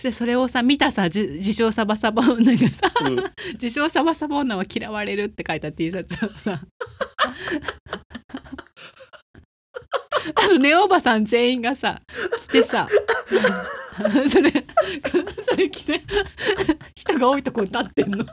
してそれをさ見たさ自称サバサバ女がさ、自称サバサバ女は嫌われるって書いた T シャツをさネオおばさん全員がさ着てさそれ着て人が多いとこに立ってんのもう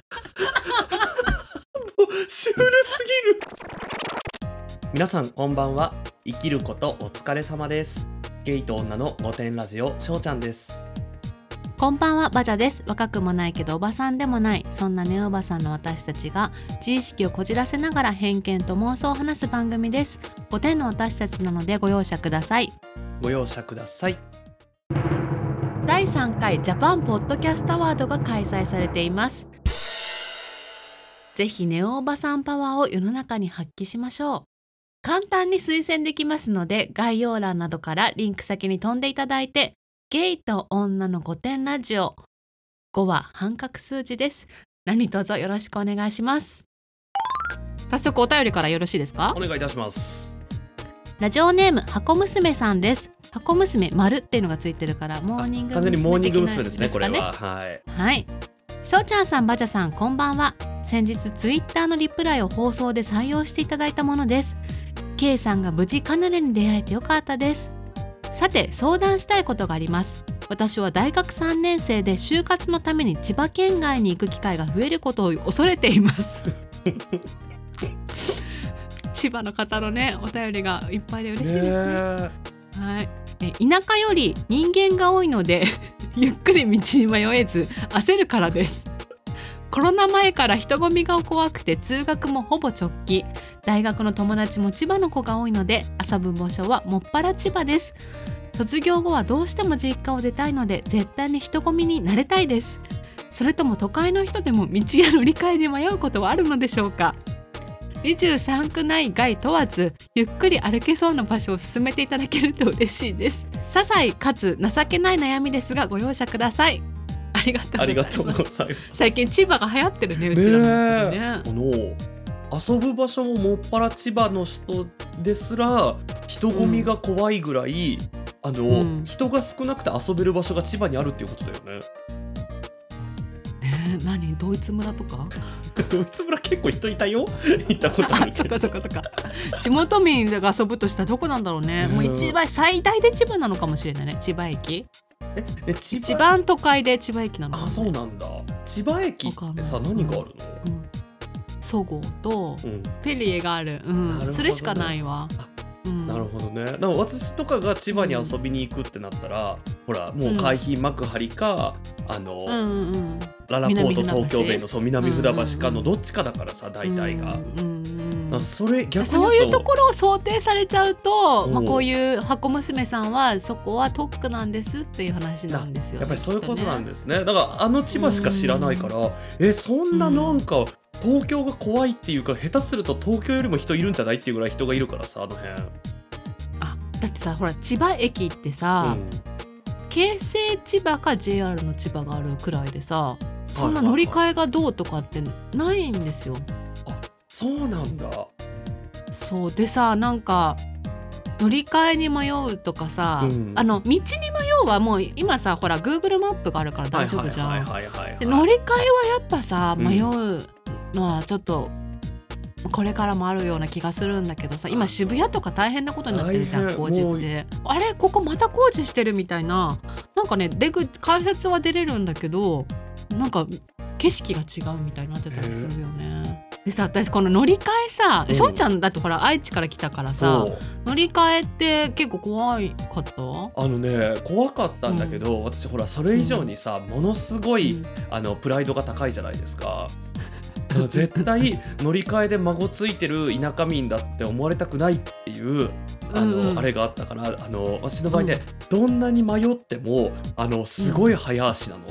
シュールすぎる。皆さんこんばんは。生きることお疲れ様です。ゲイと女の御殿ラジオしょうちゃんです。 こんばんは、バジャです。若くもないけどおばさんでもない、そんなネオおばさんの私たちが自意識をこじらせながら偏見と妄想を話す番組です。御殿の私たちなのでご容赦ください。 ご容赦ください。 第3回ジャパンポッドキャストアワードが開催されています。ぜひネオおばさんパワーを世の中に発揮しましょう。簡単に推薦できますので、概要欄などからリンク先に飛んでいただいて、ゲイと女の御殿ラジオ、5は半角数字です。何卒よろしくお願いします。早速お便りからよろしいですか？ お願いいたします。 ラジオネーム箱娘さんです。箱娘丸っていうのがついてるからモーニング娘的な、 完全にモーニング娘ですね、これは。 はい。しょうちゃんさん、バジャさん、こんばんは。先日ツイッターのリプライを放送で採用していただいたものです。K さんが無事カヌレに出会えてよかったです。さて、相談したいことがあります。私は大学3年生で就活のために千葉県外に行く機会が増えることを恐れています千葉の方のね、お便りがいっぱいで嬉しいですね。はい。田舎より人間が多いのでゆっくり道に迷えず焦るからです。コロナ前から人混みが怖くて通学もほぼ直帰、大学の友達も千葉の子が多いので遊ぶ場所はもっぱら千葉です。卒業後はどうしても実家を出たいので絶対に人混みに慣れたいです。それとも都会の人でも道や乗り換えで迷うことはあるのでしょうか。23区内外問わずゆっくり歩けそうな場所を進めていただけると嬉しいです。些細かつ情けない悩みですがご容赦ください。ありがとうございます。最近千葉が流行ってるね、うちらのね。 遊ぶ場所ももっぱら千葉の人ですら人混みが怖いぐらい、人が少なくて遊べる場所が千葉にあるっていうことだよね。 何、ドイツ村とかドイツ村結構人いたよ行ったことあるけど。 そっか地元民が遊ぶとしたらどこなんだろうね。もう一番最大で千葉なのかもしれないね。千葉駅一番都会で千葉駅なの、ね、 あ、そうなんだ。千葉駅ってさ、何があるの？ そごうとペリエがある、ね、それしかないわ。 なるほどね。でも私とかが千葉に遊びに行くってなったら、ほらもう海浜幕張か、ララポート東京ベイの南船橋かのどっちかだからさ、大体が。それ逆にそういうところを想定されちゃうと、こういう箱娘さんはそこは特区なんですっていう話なんですよ、ね、 やっぱりそういうことなんですね。だから千葉しか知らないから、そんななんか東京が怖いっていうか、下手すると東京よりも人いるんじゃないっていうぐらい人がいるからさ、あの辺。 だってさ、ほら千葉駅ってさ、京成千葉か JR の千葉があるくらいでさ、そんな乗り換えがどうとかってないんですよ。 そうなんだ。 そうでさ、なんか乗り換えに迷うとかさ、道に迷うはもう今さ、ほら Google マップがあるから大丈夫じゃん。乗り換えはやっぱさ、迷うのはちょっとこれからもあるような気がするんだけどさ、今渋谷とか大変なことになってるじゃん、工事って。あれ、ここまた工事してるみたいな、なんかね、改札は出れるんだけど、なんか景色が違うみたいになってたりするよね。でさ、私この乗り換えさ、しょうちゃんだってほら愛知から来たからさ、乗り換えって結構怖かった？ 怖かったんだけど、私ほらそれ以上にさ、ものすごい、プライドが高いじゃないですか。絶対乗り換えで孫ついてる田舎民だって思われたくないっていうあれがあったから、私の場合ね、どんなに迷ってもすごい早足なの。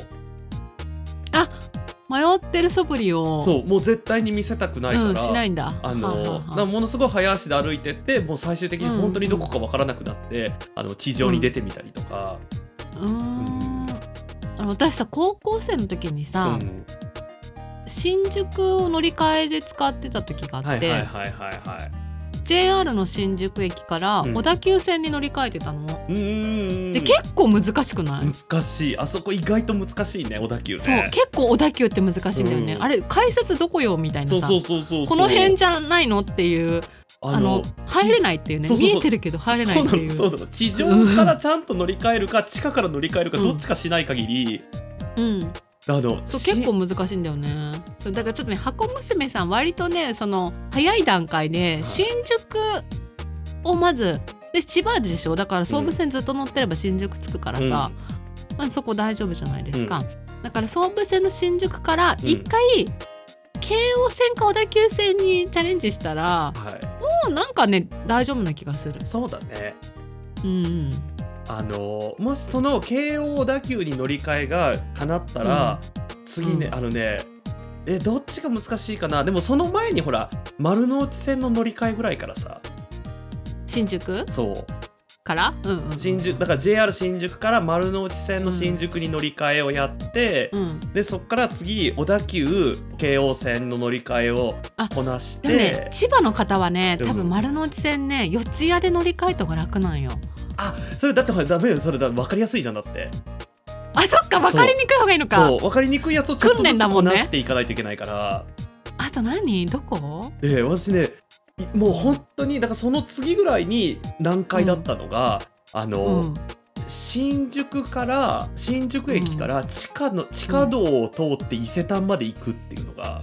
迷ってる素振りをもう絶対に見せたくないから、 しないんだ。 ものすごい早足で歩いてって、もう最終的に本当にどこか分からなくなって、地上に出てみたりとか。 私さ、高校生の時にさ、新宿を乗り換えで使ってた時があって、 JR の新宿駅からうん小田急線に乗り換えてたの、 でで結構難しくない？ 難しい。あそこ意外と難しいね、小田急ね。 そう結構小田急って難しいんだよね、 うんあれ改札どこよみたいなさ、 そうそうそうそう。 この辺じゃないのっていう、入れないっていうね、 そうそうそう見えてるけど入れないっていう。 そうなの地上からちゃんと乗り換えるか地下から乗り換えるかどっちかしない限り、 うんそうし結構難しいんだよね。だからちょっとね、箱娘さん割とね、その早い段階で新宿をまずで、千葉でしょ、だから総武線ずっと乗ってれば新宿着くからさ、まあ、そこ大丈夫じゃないですか、だから総武線の新宿から一回、京王線か小田急線にチャレンジしたら、もうなんかね大丈夫な気がする。 そうだね。 うんもしその京王小田急に乗り換えが叶ったら、次ね、どっちが難しいかな。でもその前にほら丸の内線の乗り換えぐらいからさ、 新宿そうから、 新宿だから JR 新宿から丸の内線の新宿に乗り換えをやって、でそっから次小田急京王線の乗り換えをこなして。 でもね、千葉の方はね、多分丸の内線ね、四谷で乗り換えた方が楽なんよ。 それだってほらダメよ、それだ分かりやすいじゃん。だってそっか、分かりにくい方がいいのか。 そう分かりにくいやつをちょっとずつこなしていかないといけないから。 あとどこ？ 私ね、もう本当にだからその次ぐらいに難解だったのが、新宿駅から地下道を通って伊勢丹まで行くっていうのが、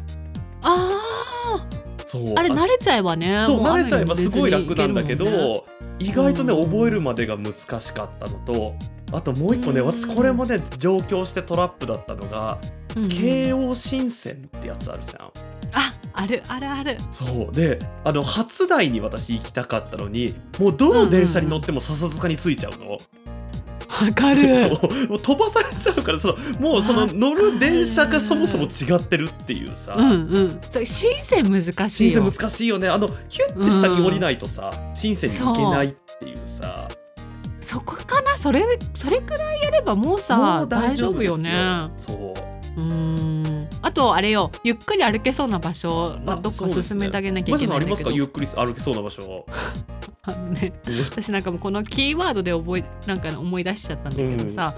そうあれ慣れちゃえばね、 そう慣れちゃえばすごい楽なんだけど、 ね、 意外とね覚えるまでが難しかったのと、あともう一個ね、私これもね上京してトラップだったのが、京王新線ってやつあるじゃん。 ある。 そうで、初台に私行きたかったのに、もうどの電車に乗っても笹塚に着いちゃうの。 わかる。 そうもう飛ばされちゃうから、もうその乗る電車がそもそも違ってるっていうさ。 新線難しいよ。 新線難しいよね。ヒュッて下に降りないとさ、新線に行けないっていうさ。 そこかな。それくらいやればもうさ大丈夫よね。 そう。 あとあれよ、ゆっくり歩けそうな場所どっか進めてあげなきゃいけないんだけど。 ありますか、ゆっくり歩けそうな場所。 私なんかもうこのキーワードで思い出しちゃったんだけどさ、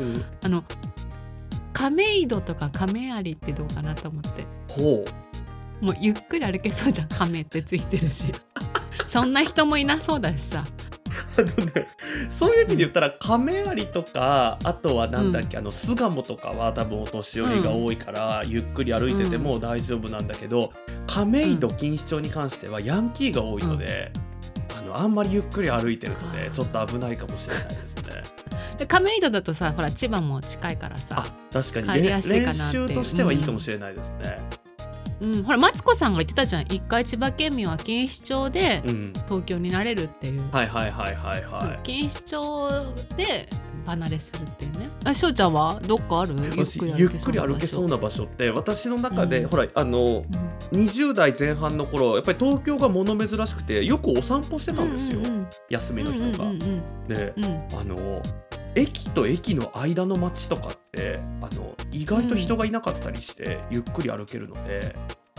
亀戸とか亀有ってどうかなと思って。もうゆっくり歩けそうじゃん、亀ってついてるしそんな人もいなそうだしさ。 そういう意味で言ったら亀有とか、あとはなんだっけ、巣鴨とかは多分お年寄りが多いから、ゆっくり歩いてても大丈夫なんだけど、亀戸錦糸町に関してはヤンキーが多いので、あんまりゆっくり歩いてるとねちょっと危ないかもしれないですね。 で亀戸だとさ、ほら千葉も近いからさ、 確かに練習としてはいいかもしれないですね。 ほらマツコさんが言ってたじゃん、一回千葉県民は錦糸町で東京になれるっていう。錦糸町で離れするっていうね。しょうちゃんはどっかある？ ゆっくり歩けそうな場所って私の中で、ほら20代前半の頃やっぱり東京が物珍しくてよくお散歩してたんですよ、休みの日とかで、駅と駅の間の街とかって意外と人がいなかったりして、ゆっくり歩けるので、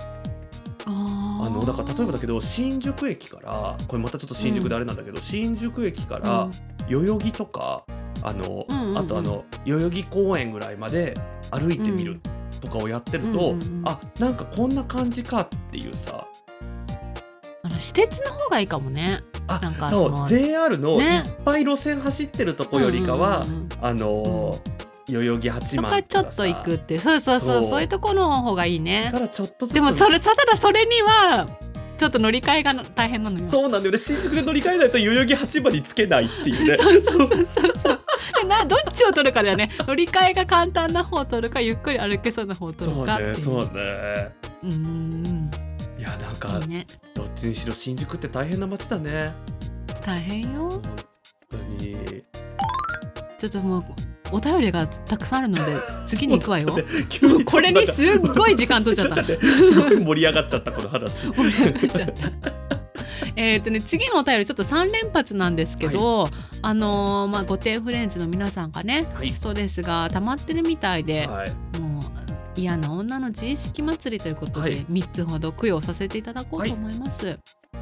だから例えばだけど新宿駅から、これまたちょっと新宿であれなんだけど、新宿駅から代々木とかあと代々木公園ぐらいまで歩いてみるとかをやってると、なんかこんな感じかっていうさ。 私鉄の方がいいかもね。なんかそう JR のいっぱい路線走ってるとこよりかは、代々木八幡とかさ、 ちょっと行くって、そういうとこの方がいいね。 だからちょっとずつ。 でもただそれにはちょっと乗り換えが大変なのよ。 そうなんだよね。新宿で乗り換えないと代々木八幡につけないっていうねそうどっちを取るかだよね。乗り換えが簡単な方を取るか、ゆっくり歩けそうな方を取るかっていう。 そうね。いやなんかいい、ね、どっちにしろ新宿って大変な街だね。 大変よ本当に。 ちょっともうお便りがたくさんあるので次に行くわよ。 これにすっごい時間取っちゃったすごい盛り上がっちゃったこの話。 盛り上がっちゃった次のお便りちょっと3連発なんですけど、御殿フレンズの皆さんがね、ストレスが溜まってるみたいで、もう嫌な女の自意識祭りということで、3つほど供養させていただこうと思います。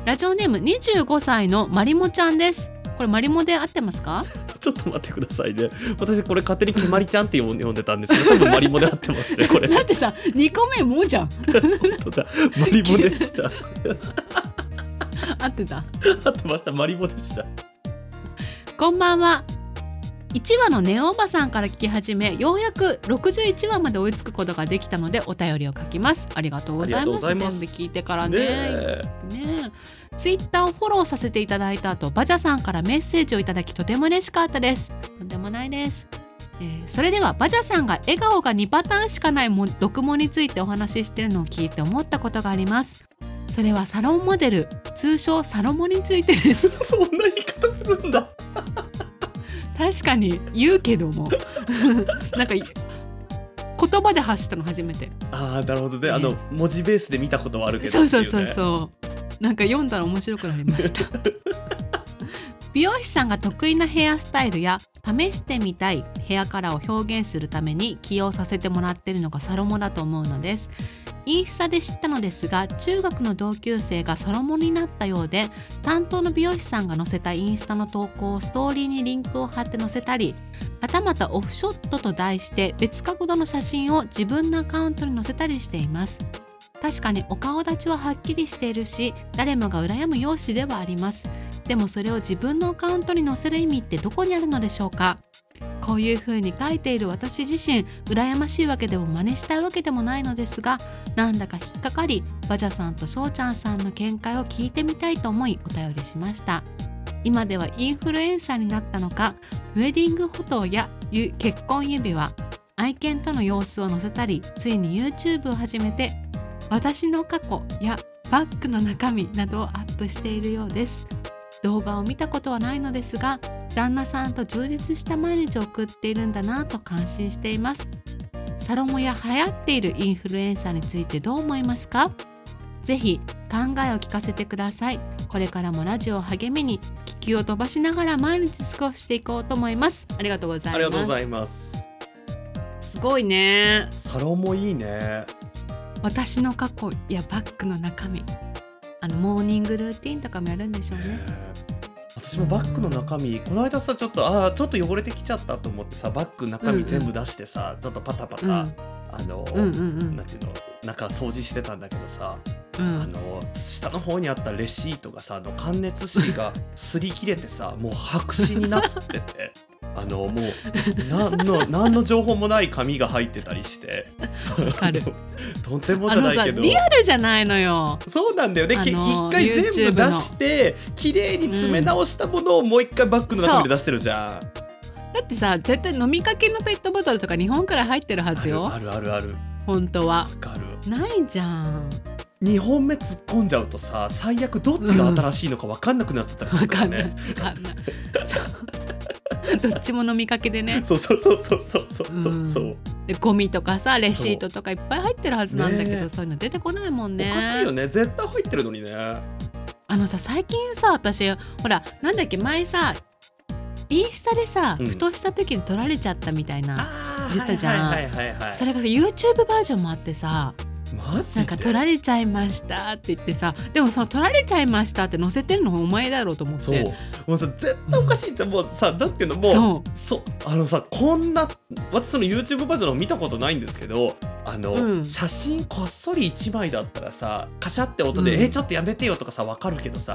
ラジオネーム25歳のマリモちゃんです。これマリモで合ってますか？ ちょっと待ってくださいね。私これ勝手にけまりちゃんって呼んでたんですけど、多分マリモで合ってますねこれ。 だってさ2個目もじゃん。 本当だ、マリモでした。 合ってた。 合ってました、マリモでした。 こんばんは。1話のネオおばさんから聞き始め、ようやく61話まで追いつくことができたのでお便りを書きます。ありがとうございます。全部聞いてからね。ツイッターをフォローさせていただいた後、バジャさんからメッセージをいただきとても嬉しかったです。とんでもないです。それではバジャさんが笑顔が2パターンしかない読モについてお話ししているのを聞いて思ったことがあります。それはサロンモデル、通称サロモについてです。 そんな言い方するんだ。 確かに言うけどもなんか言葉で発したの初めて。 ああ、なるほどね。文字ベースで見たことはあるけど、 そうなんか読んだら面白くなりました美容師さんが得意なヘアスタイルや試してみたいヘアカラーを表現するために起用させてもらっているのがサロモだと思うのです。インスタで知ったのですが、中学の同級生がサロモになったようで、担当の美容師さんが載せたインスタの投稿をストーリーにリンクを貼って載せたり、はたまたオフショットと題して別角度の写真を自分のアカウントに載せたりしています。確かにお顔立ちははっきりしているし、誰もが羨む容姿ではあります。でもそれを自分のアカウントに載せる意味ってどこにあるのでしょうか。こういう風に書いている私自身、羨ましいわけでも真似したいわけでもないのですが、なんだか引っかかり、バジャさんとしょうちゃんさんの見解を聞いてみたいと思いお便りしました。今ではインフルエンサーになったのか、ウェディングフォトや結婚指輪、愛犬との様子を載せたり、ついに YouTube を始めて私の過去やバッグの中身などをアップしているようです。動画を見たことはないのですが、旦那さんと充実した毎日を送っているんだなと感心しています。サロモや流行っているインフルエンサーについてどう思いますか？ぜひ考えを聞かせてください。これからもラジオを励みに気球を飛ばしながら毎日過ごしていこうと思います。ありがとうございます。 ありがとうございます。 すごいね。 サロモいいね。 私の過去やバッグの中身、モーニングルーティンとかもやるんでしょうね。 私もバッグの中身、この間さちょっと汚れてきちゃったと思ってさ、バッグ中身全部出してさ、ちょっとパタパタ、なんていうの、中掃除してたんだけどさ、下の方にあったレシートがさ、感熱紙が擦り切れてさ、もう白紙になっててもう何の情報もない紙が入ってたりしてわかるとんでもじゃないけど、 リアルじゃないのよ。 そうなんだよね。一回全部出して綺麗に詰め直したものをもう一回バッグの中身で出してるじゃん。 だってさ、絶対飲みかけのペットボトルとか2本くらい入ってるはずよ。 ある本当は。 わかる。 ないじゃん。 2本目突っ込んじゃうとさ、最悪どっちが新しいのか分かんなくなってたりするからね。 分かんないどっちも飲みかけでね。 そう。 でゴミとかさ、レシートとかいっぱい入ってるはずなんだけど、そういうの出てこないもんね。 おかしいよね。絶対入ってるのにね。 最近さ、私ほらなんだっけ、前さインスタでさ、ふとした時に撮られちゃったみたいな言ったじゃん。それがさ YouTube バージョンもあってさ、 マジでなんか撮られちゃいましたって言ってさ、でもその撮られちゃいましたって載せてるのお前だろうと思って。 そう、もうさ絶対おかしいじゃん。もうさ、だっていうのもうさ、こんな、私その YouTube バージョンを見たことないんですけど、写真こっそり1枚だったらさ、カシャって音で、ちょっとやめてよとかさ、わかるけどさ、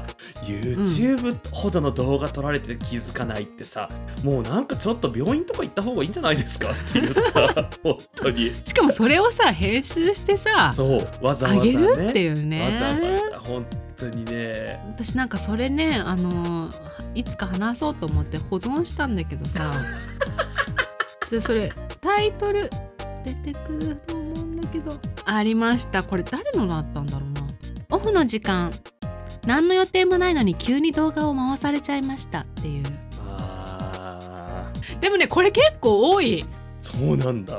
YouTube ほどの動画撮られて気づかないってさ、もうなんかちょっと病院とか行った方がいいんじゃないですかっていうさ本当に。しかもそれをさ編集してさ、 そうわざわざね、 あげるっていうね。 わざわざ本当にね。 私なんかそれね、いつか話そうと思って保存したんだけどさそれタイトル出てくると思うんだけど、ありました。これ誰のだったんだろうな。オフの時間、何の予定もないのに急に動画を回されちゃいましたっていう。でもね、これ結構多い。 そうなんだ。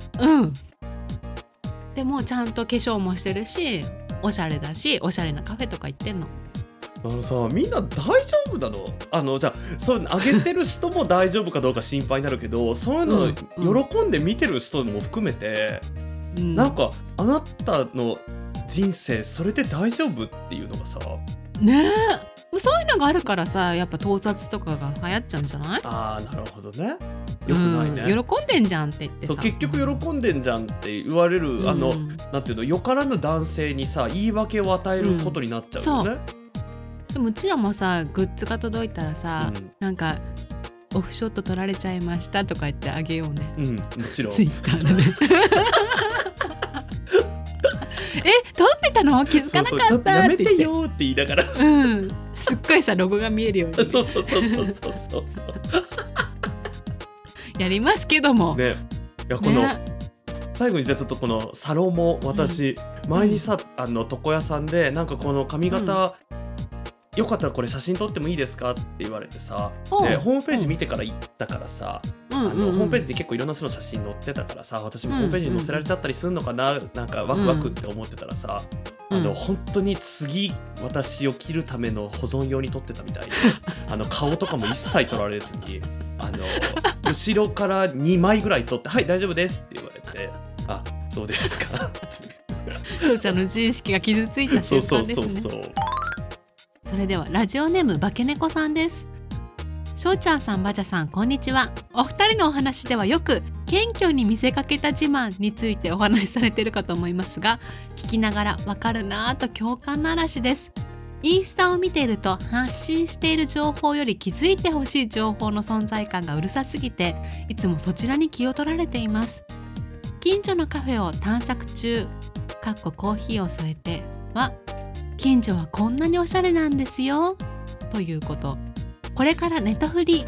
でもちゃんと化粧もしてるし、おしゃれだし、おしゃれなカフェとか行ってんの。 みんな大丈夫なの？じゃあそういうの上げてる人も大丈夫かどうか心配になるけど、そういうの喜んで見てる人も含めて、なんかあなたの人生それで大丈夫っていうのがさ、 ねえ、そういうのがあるからさ、やっぱ盗撮とかが流行っちゃうんじゃない？ あー、なるほどね。よくないね、 喜んでんじゃんって言ってさ。 そう結局喜んでんじゃんって言われる、なんていうの、よからぬ男性にさ言い訳を与えることになっちゃうよね、 でもうちらもさ、グッズが届いたらさ、なんかオフショット撮られちゃいましたとか言ってあげようね。 もちろんツイッターでね撮ってたの気づかなかったって言って、 ちょっとやめてよって言いながらすっごいさロゴが見えるようにそうやりますけどもね。いやこの、最後にじゃあちょっとこのサロモ私、前にさ床屋さんでなんかこの髪型、よかったらこれ写真撮ってもいいですかって言われてさ、でホームページ見てから行ったからさ、ホームページで結構いろんな人の写真載ってたからさ、私もホームページに載せられちゃったりするのかな、なんかワクワクって思ってたらさ、本当に次私を切るための保存用に撮ってたみたいで顔とかも一切撮られずに後ろから2枚ぐらい撮ってはい大丈夫ですって言われて、あそうですか翔ちゃんの自意識が傷ついた瞬間ですね。それではラジオネームバケネコさんです。翔ちゃんさん、バジャさん、こんにちは。お二人のお話ではよく謙虚に見せかけた自慢についてお話しされているかと思いますが、聞きながらわかるなぁと共感の嵐です。インスタを見ていると発信している情報より気づいてほしい情報の存在感がうるさすぎて、いつもそちらに気を取られています。近所のカフェを探索中コーヒーを添えては、近所はこんなにおしゃれなんですよということ。これからネタフリ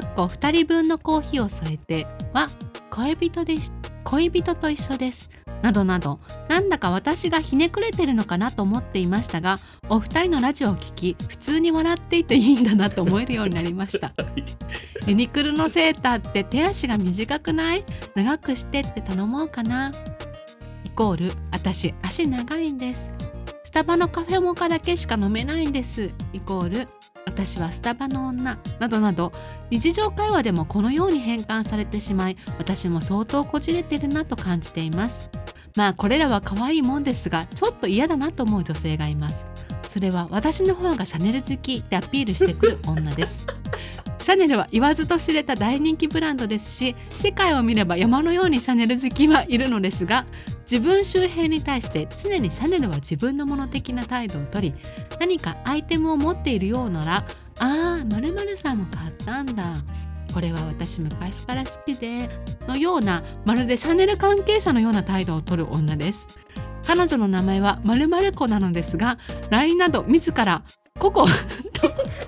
2人分のコーヒーを添えては、恋人と一緒ですなどなど、なんだか私がひねくれてるのかなと思っていましたが、お二人のラジオを聞き普通に笑っていていいんだなと思えるようになりましたユニクロのセーターって手足が短くない？長くしてって頼もうかな。イコール私足長いんです。スタバのカフェモカだけしか飲めないんです。イコール私はスタバの女などなど、日常会話でもこのように変換されてしまい、私も相当こじれてるなと感じています。まあこれらは可愛いもんですが、ちょっと嫌だなと思う女性がいます。それは私の方がシャネル好きってアピールしてくる女ですシャネルは言わずと知れた大人気ブランドですし、世界を見れば山のようにシャネル好きはいるのですが、自分周辺に対して常にシャネルは自分のもの的な態度をとり、何かアイテムを持っているようなら、〇〇さんも買ったんだ、これは私昔から好きでのような、まるでシャネル関係者のような態度をとる女です。彼女の名前は〇〇子なのですが、 LINE など自らココと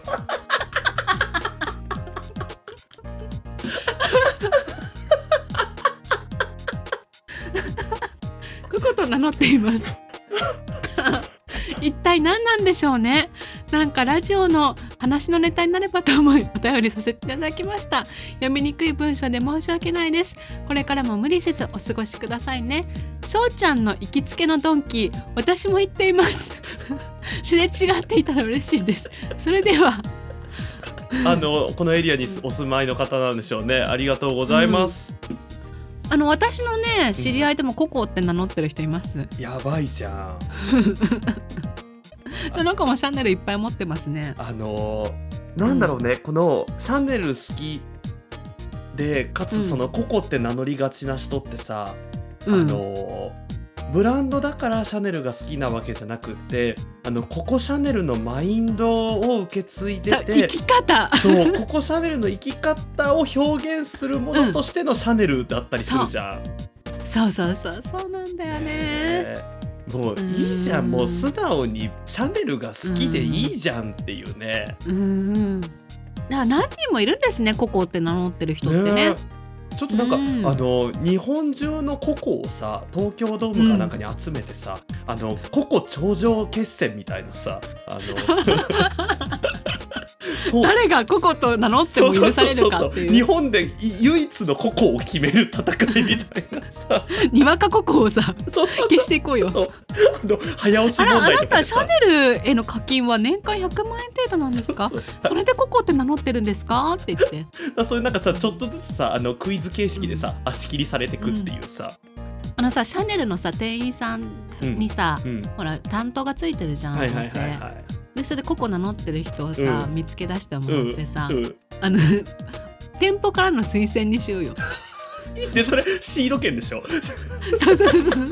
ココと名乗っています一体何なんでしょうね。なんかラジオの話のネタになればと思いお便りさせていただきました。読みにくい文章で申し訳ないです。これからも無理せずお過ごしくださいね。翔ちゃんの行きつけのドンキー、私も行っていますすれ違っていたら嬉しいです。それではこのエリアにお住まいの方なんでしょうね。ありがとうございます、 私のね知り合いでもココって名乗ってる人います、 やばいじゃんその子もシャネルいっぱい持ってますね。 なんだろうね、このシャネル好きでかつそのココって名乗りがちな人ってさ、ブランドだからシャネルが好きなわけじゃなくって、ココシャネルのマインドを受け継いでて、 生き方そうココシャネルの生き方を表現するものとしてのシャネルだったりするじゃん、 そうなんだよね。 もういいじゃん、もう素直にシャネルが好きでいいじゃんっていうね。 何人もいるんですね、ココって名乗ってる人ってね。 ちょっとなんか、日本中のココをさ、東京ドームかなんかに集めてさ、ココ頂上決戦みたいなさ、 誰がココと名乗っても許されるかっていう、 日本で唯一のココを決める戦いみたいなさにわかココをさ消していこうよ。 早押し問題とかでさ、 あなたシャネルへの課金は年間100万円程度なんですか？それでココって名乗ってるんですかって言って、 そういうなんかさ、ちょっとずつさクイズ形式でさ、足切りされてくっていうさ、 シャネルのさ店員さんにさ、ほら担当がついてるじゃん、 でそれでココ名乗ってる人をさ、 うん見つけ出してもらってさ、 うん店舗からの推薦にしようよ。 でそれシード権でしょ。 そうそうそうそう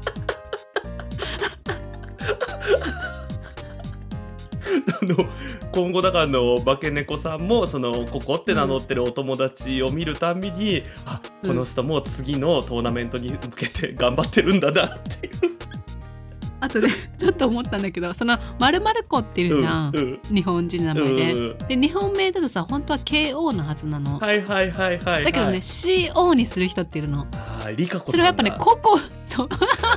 今後だから化け猫さんもそのココって名乗ってるお友達を見るたんびに、あ、この人も次のトーナメントに向けて頑張ってるんだなっていう。 あとねちょっと思ったんだけど、その〇〇子っているじゃん、日本人の名前で、で日本名だとさ本当は KO のはずなの。 はいはいはいはい、はい、 だけどね CO にする人っているの。 リカコさんだ。 それはやっぱねココそう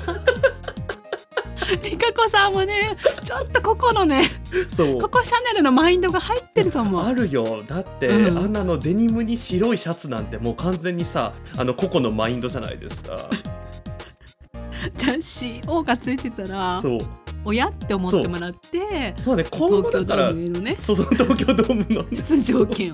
リカコさんもねちょっとココのね、 そうココシャネルのマインドが入ってると思う。 あるよ。だって、あんなのデニムに白いシャツなんてもう完全にさココのマインドじゃないですか。 じゃあ CO がついてたらそう親って思ってもらって、 そうね、今後だから東京ドームへのねそう東京ドームの出場権を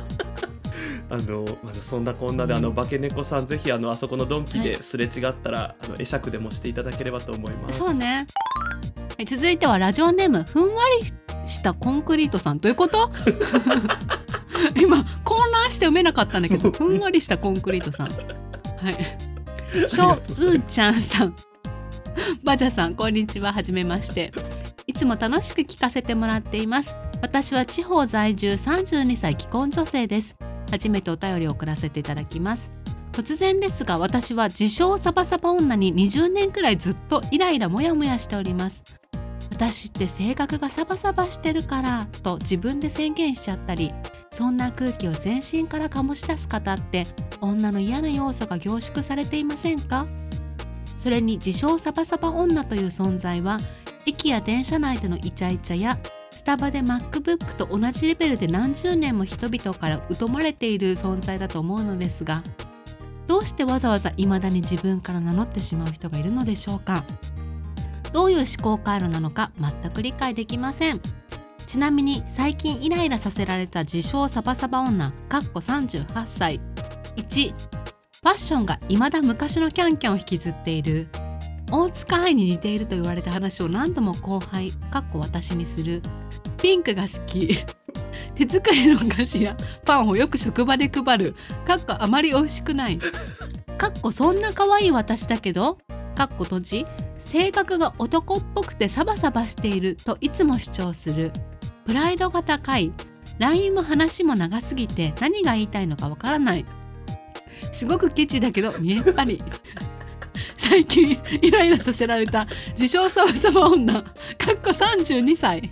まずそんなこんなで、化け猫さんぜひあそこのドンキですれ違ったら、会釈でもしていただければと思います。 そうね。続いてはラジオネームふんわりしたコンクリートさん。どういうこと今混乱して読めなかったんだけどふんわりしたコンクリートさん。はいしょうーちゃんさんバジャさんこんにちは。はじめまして。いつも楽しく聞かせてもらっています。私は地方在住32歳既婚女性です。初めてお便りを送らせていただきます。突然ですが、私は自称サバサバ女に20年くらいずっとイライラモヤモヤしております。私って性格がサバサバしてるからと自分で宣言しちゃったり、そんな空気を全身から醸し出す方って女の嫌な要素が凝縮されていませんか？それに自称サバサバ女という存在は駅や電車内でのイチャイチャやスタバで MacBook と同じレベルで何十年も人々から疎まれている存在だと思うのですが、どうしてわざわざ未だに自分から名乗ってしまう人がいるのでしょうか？どういう思考回路なのか全く理解できません。ちなみに最近イライラさせられた自称サバサバ女38歳。1、ファッションが未だ昔のキャンキャンを引きずっている。大塚愛に似ていると言われた話を何度も後輩私にする。ピンクが好き。手作りのお菓子やパンをよく職場で配る。あまり美味しくない。そんな可愛い私だけど閉じ。性格が男っぽくてサバサバしているといつも主張する。プライドが高い。 LINE も話も長すぎて何が言いたいのかわからない。すごくケチだけど見えっ張り。最近イライラさせられた自称サバサバ女32歳。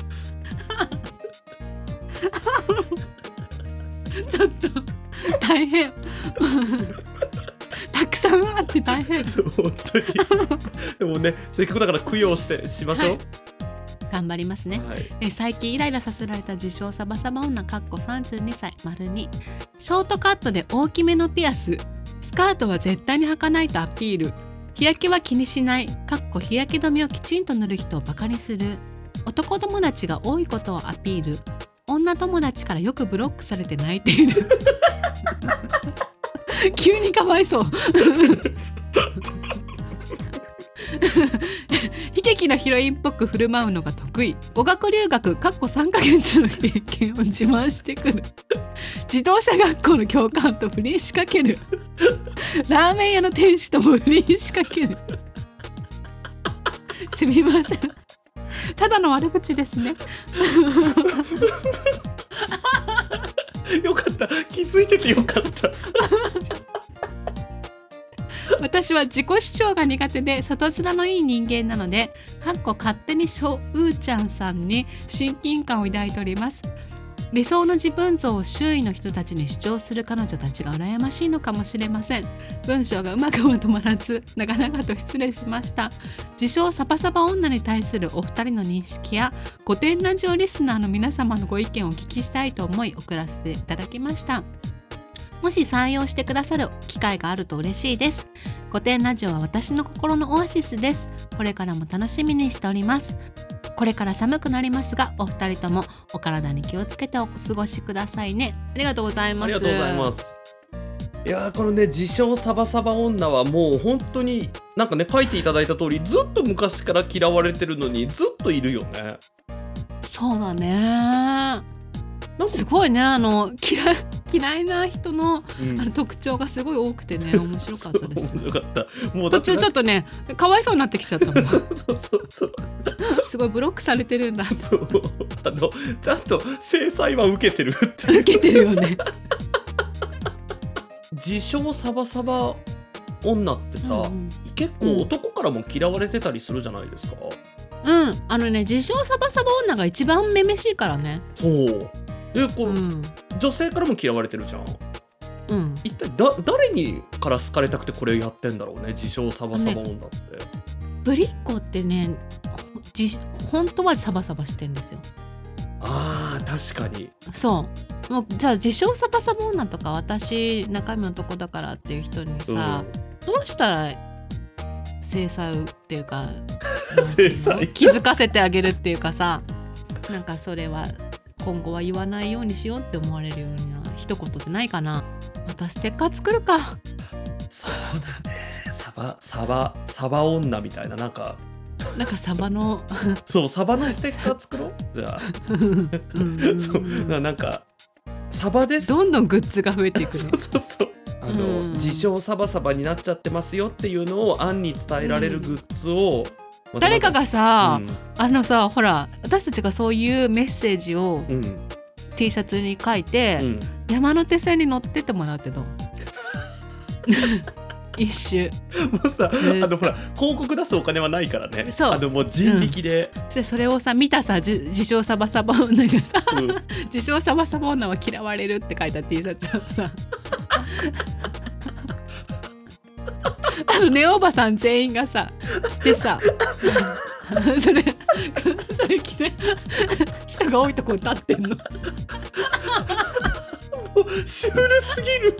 ちょっと大変。たくさんあって大変。 本当にでもね、せっかくだから供養しましょう、はい、 頑張りますね、はい。最近イライラさせられた自称サバサバ女32歳。2ショートカットで大きめのピアス。スカートは絶対に履かないとアピール。日焼けは気にしない日焼け止めをきちんと塗る人をバカにする。男友達が多いことをアピール。女友達からよくブロックされて泣いている。急にかわいそう。悲劇のヒロインっぽく振る舞うのが得意。語学留学3ヶ月の経験を自慢してくる。自動車学校の教官と不倫しかける。ラーメン屋の店主とも不倫しかける。すみません、ただの悪口ですね。 よかった、気づいててよかった。 私は自己主張が苦手で外面のいい人間なので勝手にショウーちゃんさんに親近感を抱いております。理想の自分像を周囲の人たちに主張する彼女たちが羨ましいのかもしれません。文章がうまくまとまらず長々と失礼しました。自称サバサバ女に対するお二人の認識や古典ラジオリスナーの皆様のご意見をお聞きしたいと思い送らせていただきました。もし採用してくださる機会があると嬉しいです。古典ラジオは私の心のオアシスです。これからも楽しみにしております。これから寒くなりますが、お二人ともお体に気をつけてお過ごしくださいね。ありがとうございます。 ありがとうございます。いやこのね、自称サバサバ女はもう本当になんかね、書いていただいた通りずっと昔から嫌われてるのにずっといるよね。 そうだね。 なんかすごいね、嫌いな人の、特徴がすごい多くてね、面白かったです。 面白かった。もうだって途中ちょっとね、かわいそうになってきちゃったもん。 そうすごいブロックされてるんだ。 そうちゃんと制裁は受けてるって受けてるよね。 自称サバサバ女ってさ、結構男からも嫌われてたりするじゃないですか。 自称サバサバ女が一番めめしいからね。 そうで女性からも嫌われてるじゃん。一体誰にから好かれたくてこれやってんだろうね、自称サバサバ女って。 ぶりっ子ってね、本当はサバサバしてんですよ。 あー確かに。 そうもうじゃあ自称サバサバ女とか、私中身の男だからっていう人にさ、どうしたら制裁っていうか制裁気づかせてあげるっていうかさ、なんかそれは今後は言わないようにしようって思われるような一言ってないかな。またステッカー作るか。 そうだね、サバ女みたいな、なんかサバのそうサバのステッカー作ろうじゃあそうなんかサバです、 どんどんグッズが増えていくね。 そう自称サバサバになっちゃってますよっていうのを暗に伝えられるグッズを、 誰かがさ、ほら私たちがそういうメッセージを、T シャツに書いて、山手線に乗ってってもらうけど一周もうさほら広告出すお金はないからね。 そうもう人力で、 でそれをさ見たさ、自称サバサバ女がさ、自称サバサバ女は嫌われるって書いた T シャツをさネオおばさん全員がさ着てさそれ着て人が多いとこ立ってんの。もうシュールすぎる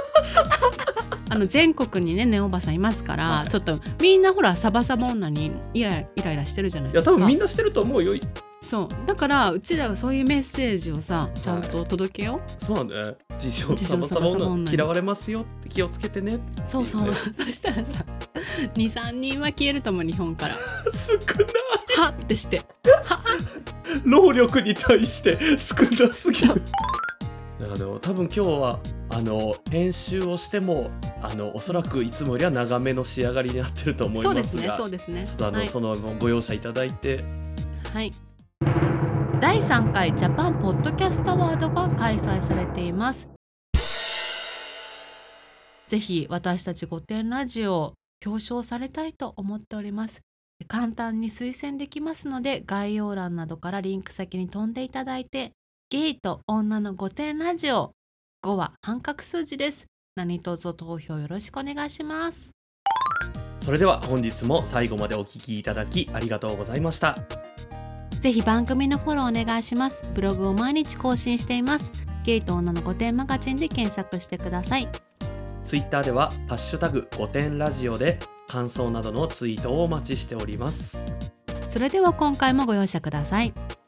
全国にねネオおばさんいますから、ちょっとみんなほらサバサバ女にイライラしてるじゃないですか。 いや多分みんなしてると思うよ。 そうだからうちらがそういうメッセージをさちゃんと届けよう。 そうなんだね。自称サバサバ女嫌われますよって気をつけてね。 そうそしたらさ 2,3 人は消えると思う、日本から。 少ないはってして労力に対して少なすぎる。多分今日は編集をしてもおそらくいつもよりは長めの仕上がりになってると思いますが、 そうですねちょっとそのご容赦いただいて、 はい。第3回ジャパンポッドキャストアワードが開催されています。ぜひ私たち御殿ラジオ表彰されたいと思っております。簡単に推薦できますので、概要欄などからリンク先に飛んでいただいて、ゲイと女の御殿ラジオ、5は半角数字です。何卒投票よろしくお願いします。 それでは本日も最後までお聞きいただきありがとうございました。 ぜひ番組のフォローお願いします。ブログを毎日更新しています。ゲイと女の御殿マガジンで検索してください。 ツイッターではハッシュタグ御殿ラジオで感想などのツイートをお待ちしております。 それでは今回もご容赦ください。